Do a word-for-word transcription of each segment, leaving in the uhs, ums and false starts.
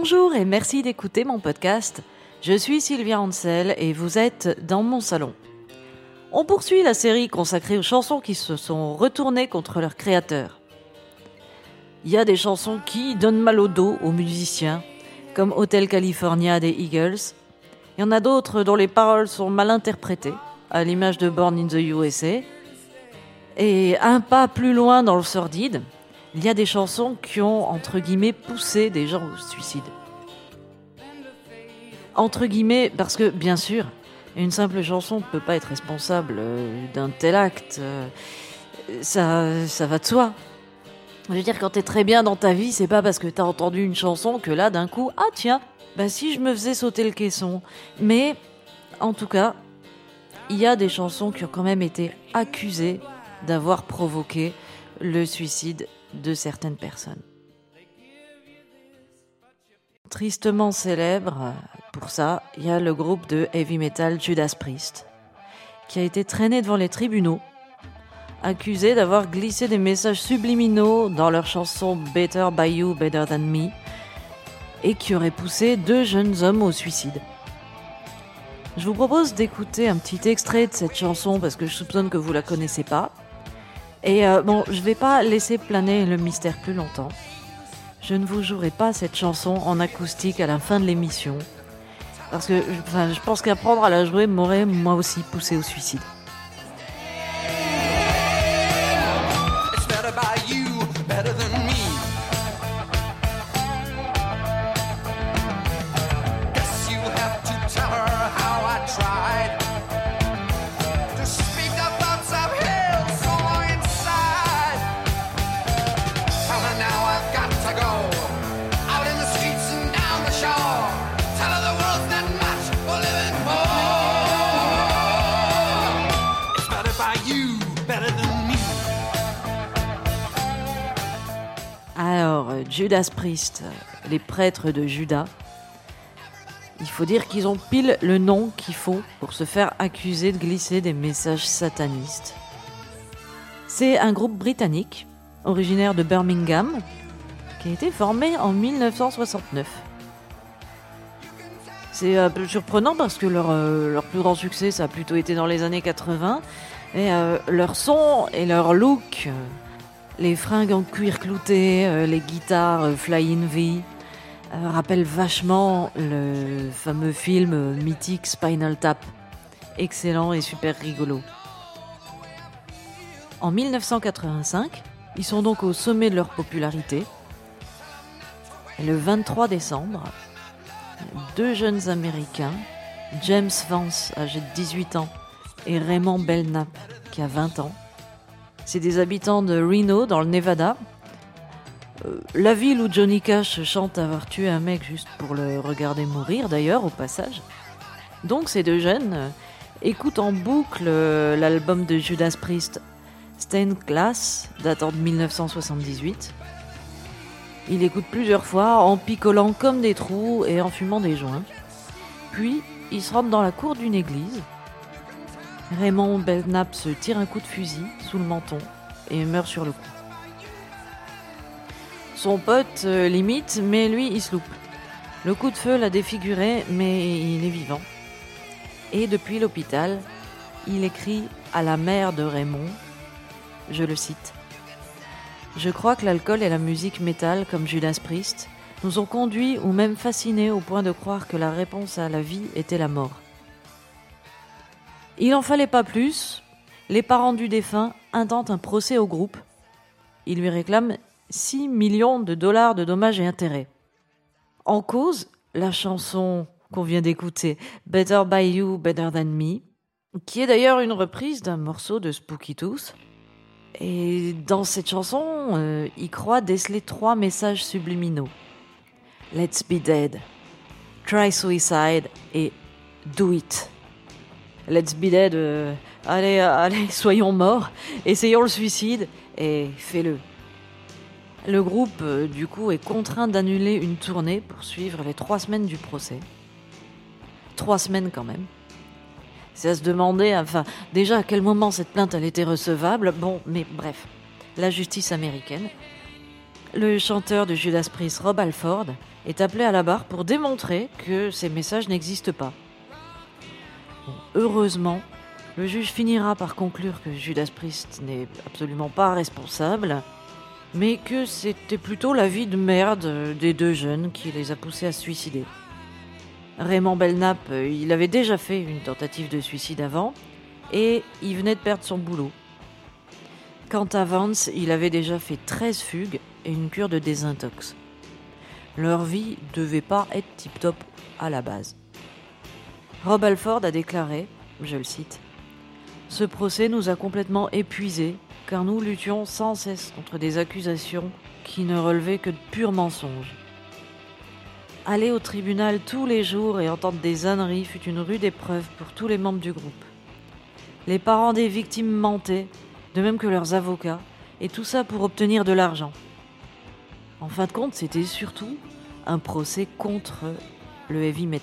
Bonjour et merci d'écouter mon podcast. Je suis Sylvia Ansel et vous êtes dans mon salon. On poursuit la série consacrée aux chansons qui se sont retournées contre leurs créateurs. Il y a des chansons qui donnent mal au dos aux musiciens, comme Hotel California des Eagles. Il y en a d'autres dont les paroles sont mal interprétées, à l'image de Born in the U S A. Et un pas plus loin dans le sordide, il y a des chansons qui ont, entre guillemets, poussé des gens au suicide. Entre guillemets, parce que, bien sûr, une simple chanson ne peut pas être responsable d'un tel acte. Ça, ça va de soi. Je veux dire, quand t'es très bien dans ta vie, c'est pas parce que t'as entendu une chanson que là, d'un coup, ah tiens, bah si je me faisais sauter le caisson. Mais, en tout cas, il y a des chansons qui ont quand même été accusées d'avoir provoqué le suicide de certaines personnes. Tristement célèbre, pour ça, il y a le groupe de heavy metal Judas Priest, qui a été traîné devant les tribunaux, accusé d'avoir glissé des messages subliminaux dans leur chanson Better by You, Better Than Me, et qui aurait poussé deux jeunes hommes au suicide. Je vous propose d'écouter un petit extrait de cette chanson parce que je soupçonne que vous la connaissez pas. Et euh, bon, je vais pas laisser planer le mystère plus longtemps. Je ne vous jouerai pas cette chanson en acoustique à la fin de l'émission. Parce que enfin, je pense qu'apprendre à la jouer m'aurait moi aussi poussé au suicide. It's better by you, better than me. Guess you have to tell her how I tried. Alors, Judas Priest, les prêtres de Judas, il faut dire qu'ils ont pile le nom qu'il faut pour se faire accuser de glisser des messages satanistes. C'est un groupe britannique, originaire de Birmingham, qui a été formé en dix-neuf cent soixante-neuf. C'est un peu surprenant parce que leur, euh, leur plus grand succès, ça a plutôt été dans les années quatre-vingts, et euh, leur son et leur look... Euh, les fringues en cuir clouté, euh, les guitares euh, Flying V euh, rappellent vachement le fameux film euh, mythique Spinal Tap. Excellent et super rigolo. En dix-neuf cent quatre-vingt-cinq, ils sont donc au sommet de leur popularité. Et le vingt-trois décembre, deux jeunes Américains, James Vance, âgé de dix-huit ans, et Raymond Belknap, qui a vingt ans, c'est des habitants de Reno, dans le Nevada. Euh, la ville où Johnny Cash chante avoir tué un mec juste pour le regarder mourir, d'ailleurs, au passage. Donc ces deux jeunes euh, écoutent en boucle euh, l'album de Judas Priest, Stained Glass, datant de dix-neuf cent soixante-dix-huit. Ils l'écoutent plusieurs fois, en picolant comme des trous et en fumant des joints. Puis, ils se rendent dans la cour d'une église. Raymond Belknap se tire un coup de fusil sous le menton et meurt sur le coup. Son pote euh, l'imite, mais lui, il se loupe. Le coup de feu l'a défiguré, mais il est vivant. Et depuis l'hôpital, il écrit à la mère de Raymond, je le cite, « Je crois que l'alcool et la musique métal, comme Judas Priest, nous ont conduits ou même fascinés au point de croire que la réponse à la vie était la mort. » Il n'en fallait pas plus, les parents du défunt intentent un procès au groupe. Ils lui réclament six millions de dollars de dommages et intérêts. En cause, la chanson qu'on vient d'écouter, Better by You, Better Than Me, qui est d'ailleurs une reprise d'un morceau de Spooky Tooth. Et dans cette chanson, euh, il croit déceler trois messages subliminaux. Let's be dead, try suicide et do it. Let's be dead, euh, allez, allez, soyons morts, essayons le suicide et fais-le. Le groupe, euh, du coup, est contraint d'annuler une tournée pour suivre les trois semaines du procès. Trois semaines quand même. C'est à se demander, enfin, déjà à quel moment cette plainte elle était recevable. Bon, mais bref, la justice américaine. Le chanteur de Judas Priest, Rob Halford, est appelé à la barre pour démontrer que ces messages n'existent pas. Bon, heureusement, le juge finira par conclure que Judas Priest n'est absolument pas responsable, mais que c'était plutôt la vie de merde des deux jeunes qui les a poussés à se suicider. Raymond Belknap, il avait déjà fait une tentative de suicide avant, et il venait de perdre son boulot. Quant à Vance, il avait déjà fait treize fugues et une cure de désintox. Leur vie devait pas être tip-top à la base. Rob Halford a déclaré, je le cite, « Ce procès nous a complètement épuisés, car nous luttions sans cesse contre des accusations qui ne relevaient que de purs mensonges. Aller au tribunal tous les jours et entendre des âneries fut une rude épreuve pour tous les membres du groupe. Les parents des victimes mentaient, de même que leurs avocats, et tout ça pour obtenir de l'argent. En fin de compte, c'était surtout un procès contre le heavy metal. »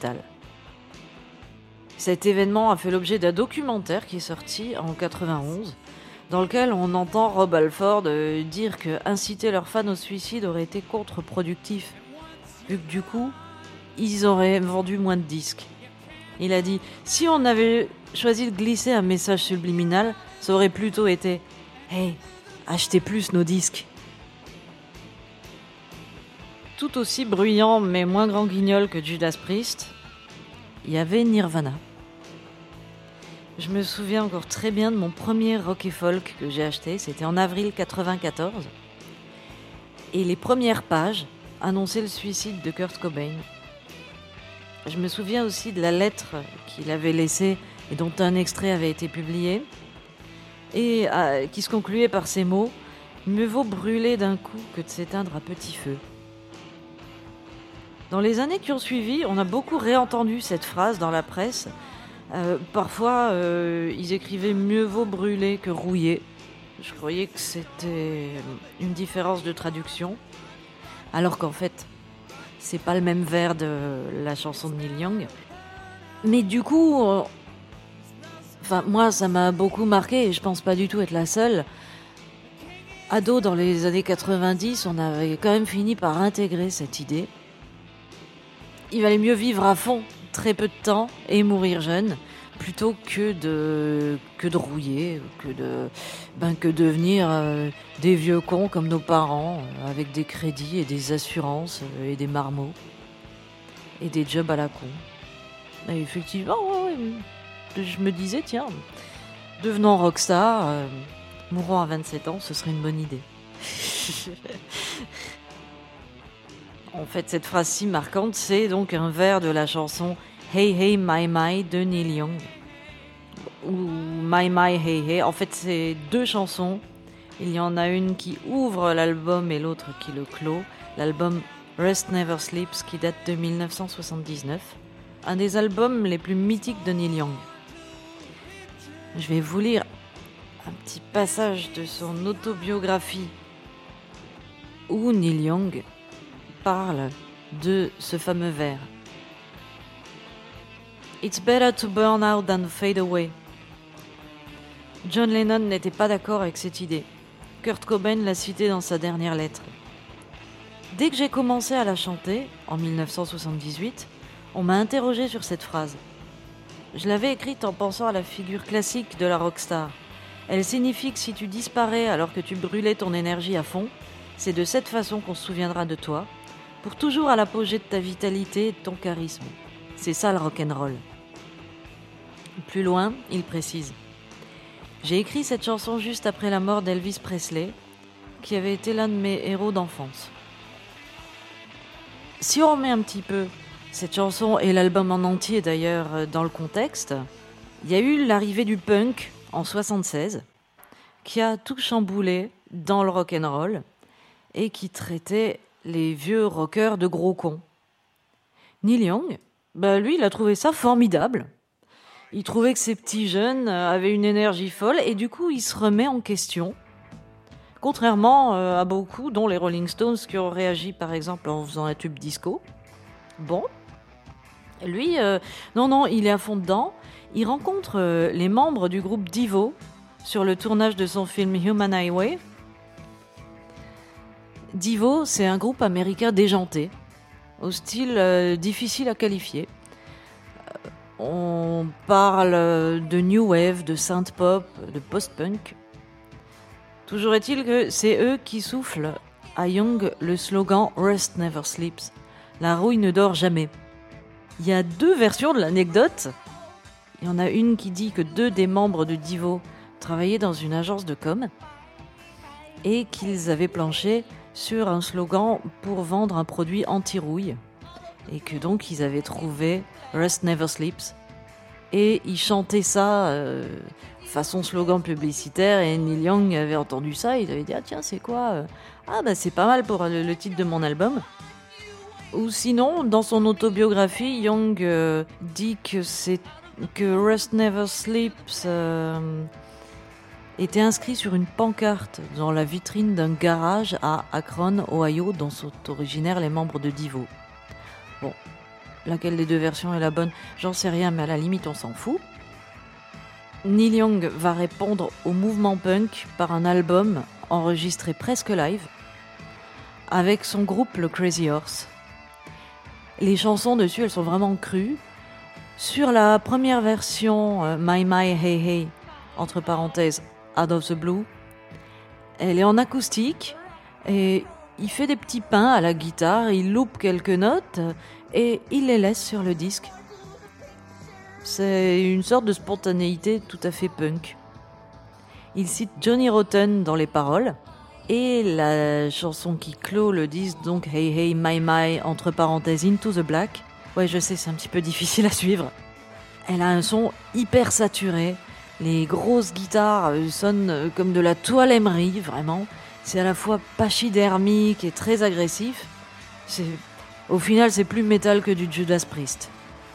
Cet événement a fait l'objet d'un documentaire qui est sorti en quatre-vingt-onze, dans lequel on entend Rob Halford dire que inciter leurs fans au suicide aurait été contre-productif, vu que du coup, ils auraient vendu moins de disques. Il a dit « Si on avait choisi de glisser un message subliminal, ça aurait plutôt été « Hey, achetez plus nos disques !» Tout aussi bruyant mais moins grand guignol que Judas Priest, il y avait Nirvana. Je me souviens encore très bien de mon premier rock et folk que j'ai acheté, c'était en avril quatre-vingt-quatorze. Et les premières pages annonçaient le suicide de Kurt Cobain. Je me souviens aussi de la lettre qu'il avait laissée et dont un extrait avait été publié, et euh, qui se concluait par ces mots « Mieux vaut brûler d'un coup que de s'éteindre à petit feu ». Dans les années qui ont suivi, on a beaucoup réentendu cette phrase dans la presse. Euh, parfois, euh, ils écrivaient « mieux vaut brûler que rouiller ». Je croyais que c'était une différence de traduction, alors qu'en fait, c'est pas le même vers de la chanson de Neil Young. Mais du coup, euh, enfin, moi, ça m'a beaucoup marqué et je pense pas du tout être la seule. Ado, dans les années quatre-vingt-dix, on avait quand même fini par intégrer cette idée. Il valait mieux vivre à fond, très peu de temps, et mourir jeune, plutôt que de, que de rouiller, que de, ben, que devenir euh, des vieux cons comme nos parents, euh, avec des crédits et des assurances euh, et des marmots, et des jobs à la con. Et effectivement, ouais, ouais, je me disais, tiens, devenons rockstar, euh, mourons à vingt-sept ans, ce serait une bonne idée. En fait, cette phrase si marquante, c'est donc un vers de la chanson Hey Hey My My de Neil Young. Ou My My Hey Hey. En fait, c'est deux chansons. Il y en a une qui ouvre l'album et l'autre qui le clôt. L'album Rest Never Sleeps qui date de dix-neuf cent soixante-dix-neuf. Un des albums les plus mythiques de Neil Young. Je vais vous lire un petit passage de son autobiographie où Neil Young parle de ce fameux vers. It's better to burn out than to fade away. John Lennon n'était pas d'accord avec cette idée. Kurt Cobain l'a cité dans sa dernière lettre. Dès que j'ai commencé à la chanter, en dix-neuf cent soixante-dix-huit, on m'a interrogé sur cette phrase. Je l'avais écrite en pensant à la figure classique de la rockstar. Elle signifie que si tu disparais alors que tu brûlais ton énergie à fond, c'est de cette façon qu'on se souviendra de toi, pour toujours à l'apogée de ta vitalité et de ton charisme. C'est ça le rock'n'roll. Plus loin, il précise. J'ai écrit cette chanson juste après la mort d'Elvis Presley, qui avait été l'un de mes héros d'enfance. Si on remet un petit peu cette chanson et l'album en entier d'ailleurs dans le contexte, il y a eu l'arrivée du punk en soixante-seize, qui a tout chamboulé dans le rock'n'roll et qui traitait les vieux rockers de gros cons. Neil Young, bah lui, il a trouvé ça formidable. Il trouvait que ces petits jeunes avaient une énergie folle et du coup, il se remet en question. Contrairement à beaucoup, dont les Rolling Stones, qui ont réagi par exemple en faisant un tube disco. Bon, lui, euh, non, non, il est à fond dedans. Il rencontre euh, les membres du groupe Devo sur le tournage de son film Human Highway. Devo, c'est un groupe américain déjanté, au style euh, difficile à qualifier. Euh, on parle de new wave, de synth pop, de post-punk. Toujours est-il que c'est eux qui soufflent à Young le slogan « Rust never sleeps », la rouille ne dort jamais. Il y a deux versions de l'anecdote. Il y en a une qui dit que deux des membres de Devo travaillaient dans une agence de com' et qu'ils avaient planché sur un slogan pour vendre un produit anti-rouille et que donc ils avaient trouvé Rust Never Sleeps et ils chantaient ça euh, façon slogan publicitaire et Neil Young avait entendu ça et il avait dit ah tiens c'est quoi ah bah c'est pas mal pour le, le titre de mon album. Ou sinon dans son autobiographie Young euh, dit que c'est que Rust Never Sleeps euh, était inscrit sur une pancarte dans la vitrine d'un garage à Akron, Ohio, dont sont originaires les membres de Devo. Bon, laquelle des deux versions est la bonne, j'en sais rien, mais à la limite on s'en fout. Neil Young va répondre au mouvement punk par un album enregistré presque live avec son groupe le Crazy Horse. Les chansons dessus, elles sont vraiment crues. Sur la première version, euh, My My Hey Hey, entre parenthèses, Out of the Blue, elle est en acoustique et il fait des petits pains à la guitare, il loupe quelques notes et il les laisse sur le disque. C'est une sorte de spontanéité tout à fait punk. Il cite Johnny Rotten dans les paroles et la chanson qui clôt le disque, donc Hey Hey My My, entre parenthèses, Into the Black. Ouais, je sais, c'est un petit peu difficile à suivre. Elle a un son hyper saturé. Les grosses guitares sonnent comme de la toile émerie, vraiment. C'est à la fois pachydermique et très agressif. C'est... Au final, c'est plus métal que du Judas Priest.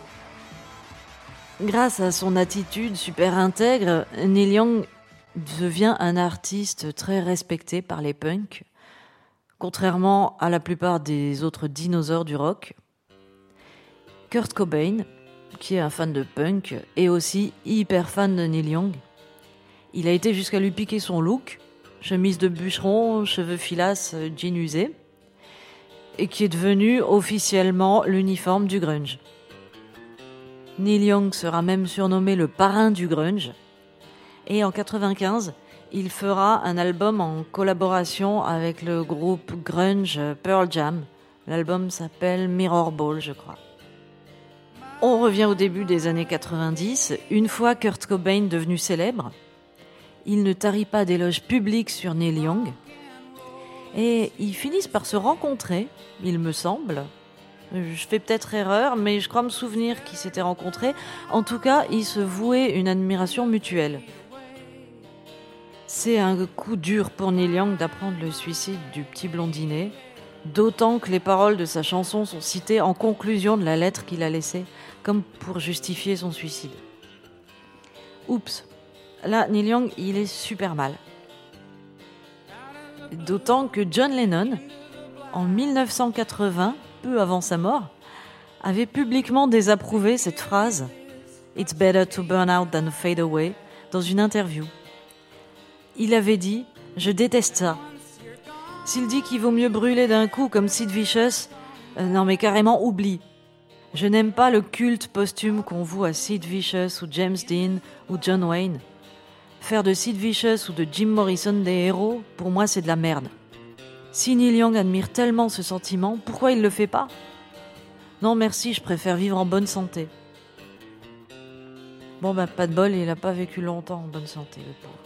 Grâce à son attitude super intègre, Neil Young devient un artiste très respecté par les punks, contrairement à la plupart des autres dinosaures du rock. Kurt Cobain, qui est un fan de punk, est aussi hyper fan de Neil Young. Il a été jusqu'à lui piquer son look, chemise de bûcheron, cheveux filasses, jean usé, et qui est devenu officiellement l'uniforme du grunge. Neil Young sera même surnommé le parrain du grunge, et en quatre-vingt-quinze, il fera un album en collaboration avec le groupe grunge Pearl Jam. L'album s'appelle Mirror Ball, je crois. On revient au début des années quatre-vingt-dix. Une fois Kurt Cobain devenu célèbre, il ne tarit pas d'éloges publics sur Neil Young. Et ils finissent par se rencontrer, il me semble. Je fais peut-être erreur, mais je crois me souvenir qu'ils s'étaient rencontrés. En tout cas, ils se vouaient une admiration mutuelle. C'est un coup dur pour Neil Young d'apprendre le suicide du petit blondinet, d'autant que les paroles de sa chanson sont citées en conclusion de la lettre qu'il a laissée, comme pour justifier son suicide. Oups, là, Neil Young, il est super mal. D'autant que John Lennon, en dix-neuf cent quatre-vingts, peu avant sa mort, avait publiquement désapprouvé cette phrase « It's better to burn out than to fade away » dans une interview. Il avait dit « Je déteste ça. S'il dit qu'il vaut mieux brûler d'un coup comme Sid Vicious, euh, non mais carrément oublie. Je n'aime pas le culte posthume qu'on voue à Sid Vicious ou James Dean ou John Wayne. Faire de Sid Vicious ou de Jim Morrison des héros, pour moi c'est de la merde. Si Neil Young admire tellement ce sentiment, pourquoi il le fait pas ? Non merci, je préfère vivre en bonne santé. » Bon bah pas de bol, il a pas vécu longtemps en bonne santé, le pauvre.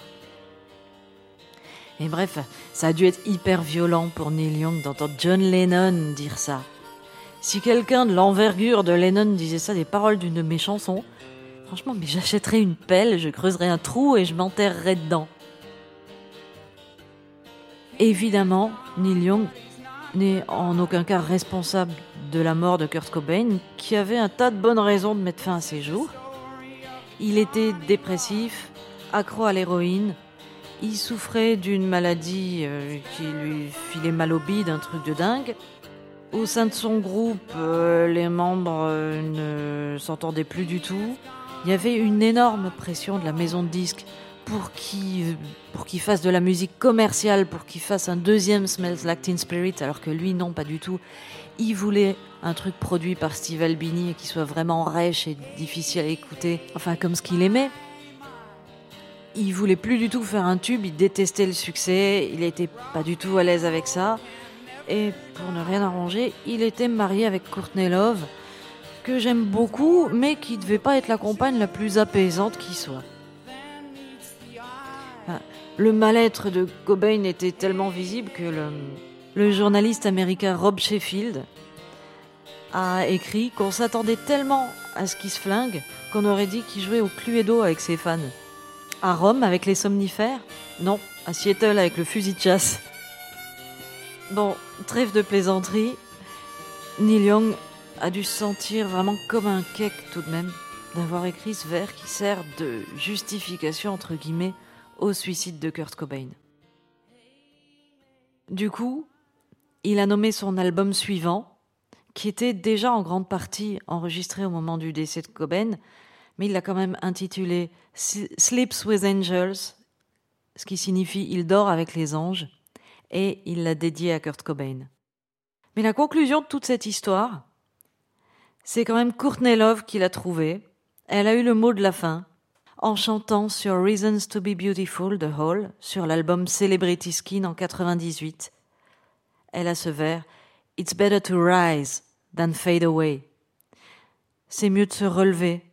Et bref, ça a dû être hyper violent pour Neil Young d'entendre John Lennon dire ça. Si quelqu'un de l'envergure de Lennon disait ça des paroles d'une de mes chansons, franchement, mais j'achèterais une pelle, je creuserais un trou et je m'enterrerais dedans. Évidemment, Neil Young n'est en aucun cas responsable de la mort de Kurt Cobain, qui avait un tas de bonnes raisons de mettre fin à ses jours. Il était dépressif, accro à l'héroïne, il souffrait d'une maladie euh, qui lui filait mal au bide, un truc de dingue. Au sein de son groupe, euh, les membres euh, ne s'entendaient plus du tout. Il y avait une énorme pression de la maison de disques pour qu'il, pour qu'il fasse de la musique commerciale, pour qu'il fasse un deuxième Smells Like Teen Spirit, alors que lui, non, pas du tout. Il voulait un truc produit par Steve Albini et qui soit vraiment rêche et difficile à écouter, enfin comme ce qu'il aimait. Il voulait plus du tout faire un tube, il détestait le succès, il était pas du tout à l'aise avec ça. Et pour ne rien arranger, il était marié avec Courtney Love, que j'aime beaucoup, mais qui devait pas être la compagne la plus apaisante qui soit. Le mal-être de Cobain était tellement visible que le, le journaliste américain Rob Sheffield a écrit qu'on s'attendait tellement à ce qu'il se flingue qu'on aurait dit qu'il jouait au Cluedo avec ses fans. À Rome avec les somnifères ? Non, à Seattle avec le fusil de chasse. Bon, trêve de plaisanterie, Neil Young a dû se sentir vraiment comme un cake tout de même d'avoir écrit ce vers qui sert de justification entre guillemets au suicide de Kurt Cobain. Du coup, il a nommé son album suivant, qui était déjà en grande partie enregistré au moment du décès de Cobain, mais il l'a quand même intitulé Sleeps with Angels, ce qui signifie Il dort avec les anges, et il l'a dédié à Kurt Cobain. Mais la conclusion de toute cette histoire, c'est quand même Courtney Love qui l'a trouvé. Elle a eu le mot de la fin en chantant sur Reasons to be Beautiful de Hall, sur l'album Celebrity Skin en quatre-vingt-dix-huit. Elle a ce vers « It's better to rise than fade away ». C'est mieux de se relever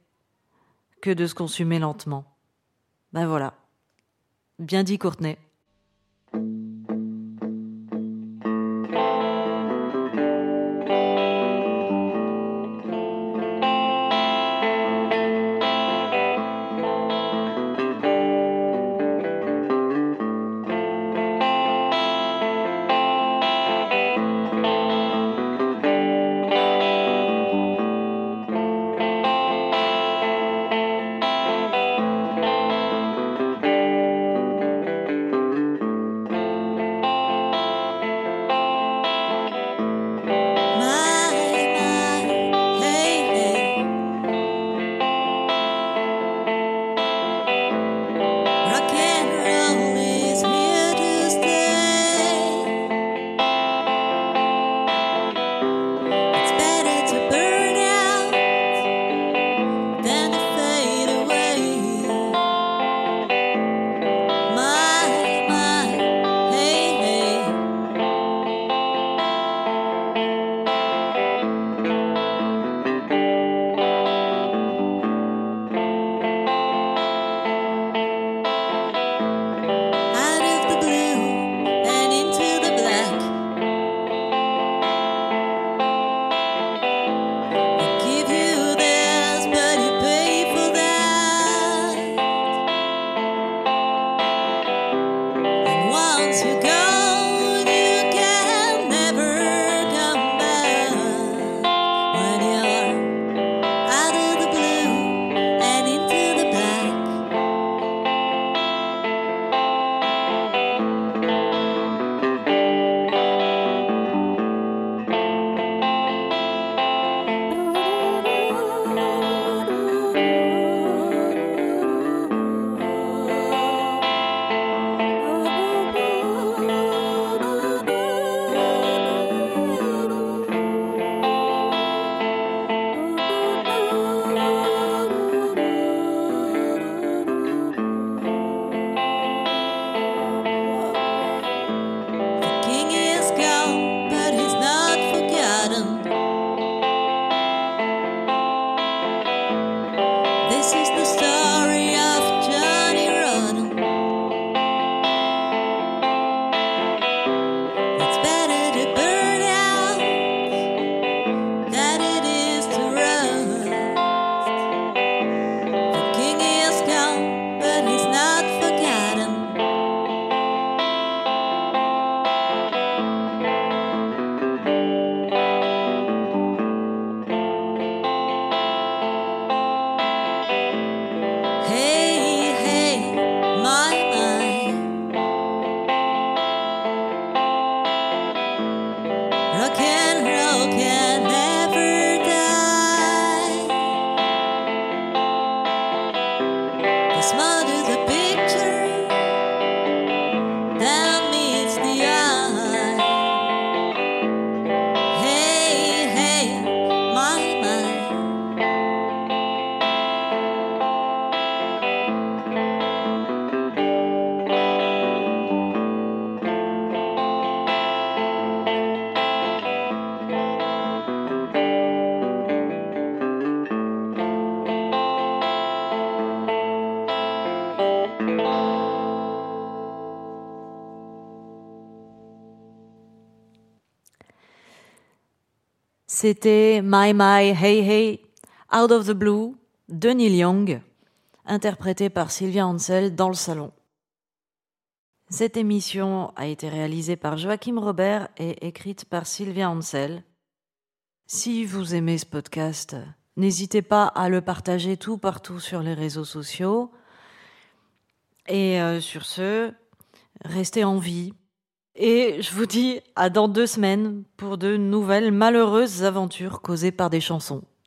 que de se consumer lentement. Ben voilà. Bien dit Courtney. Smile to the picture. C'était My My Hey Hey, Out of the Blue de Neil Young, interprété par Sylvia Ansel dans le salon. Cette émission a été réalisée par Joachim Robert et écrite par Sylvia Ansel. Si vous aimez ce podcast, n'hésitez pas à le partager tout partout sur les réseaux sociaux. Et euh, sur ce, restez en vie. Et je vous dis à dans deux semaines pour de nouvelles malheureuses aventures causées par des chansons.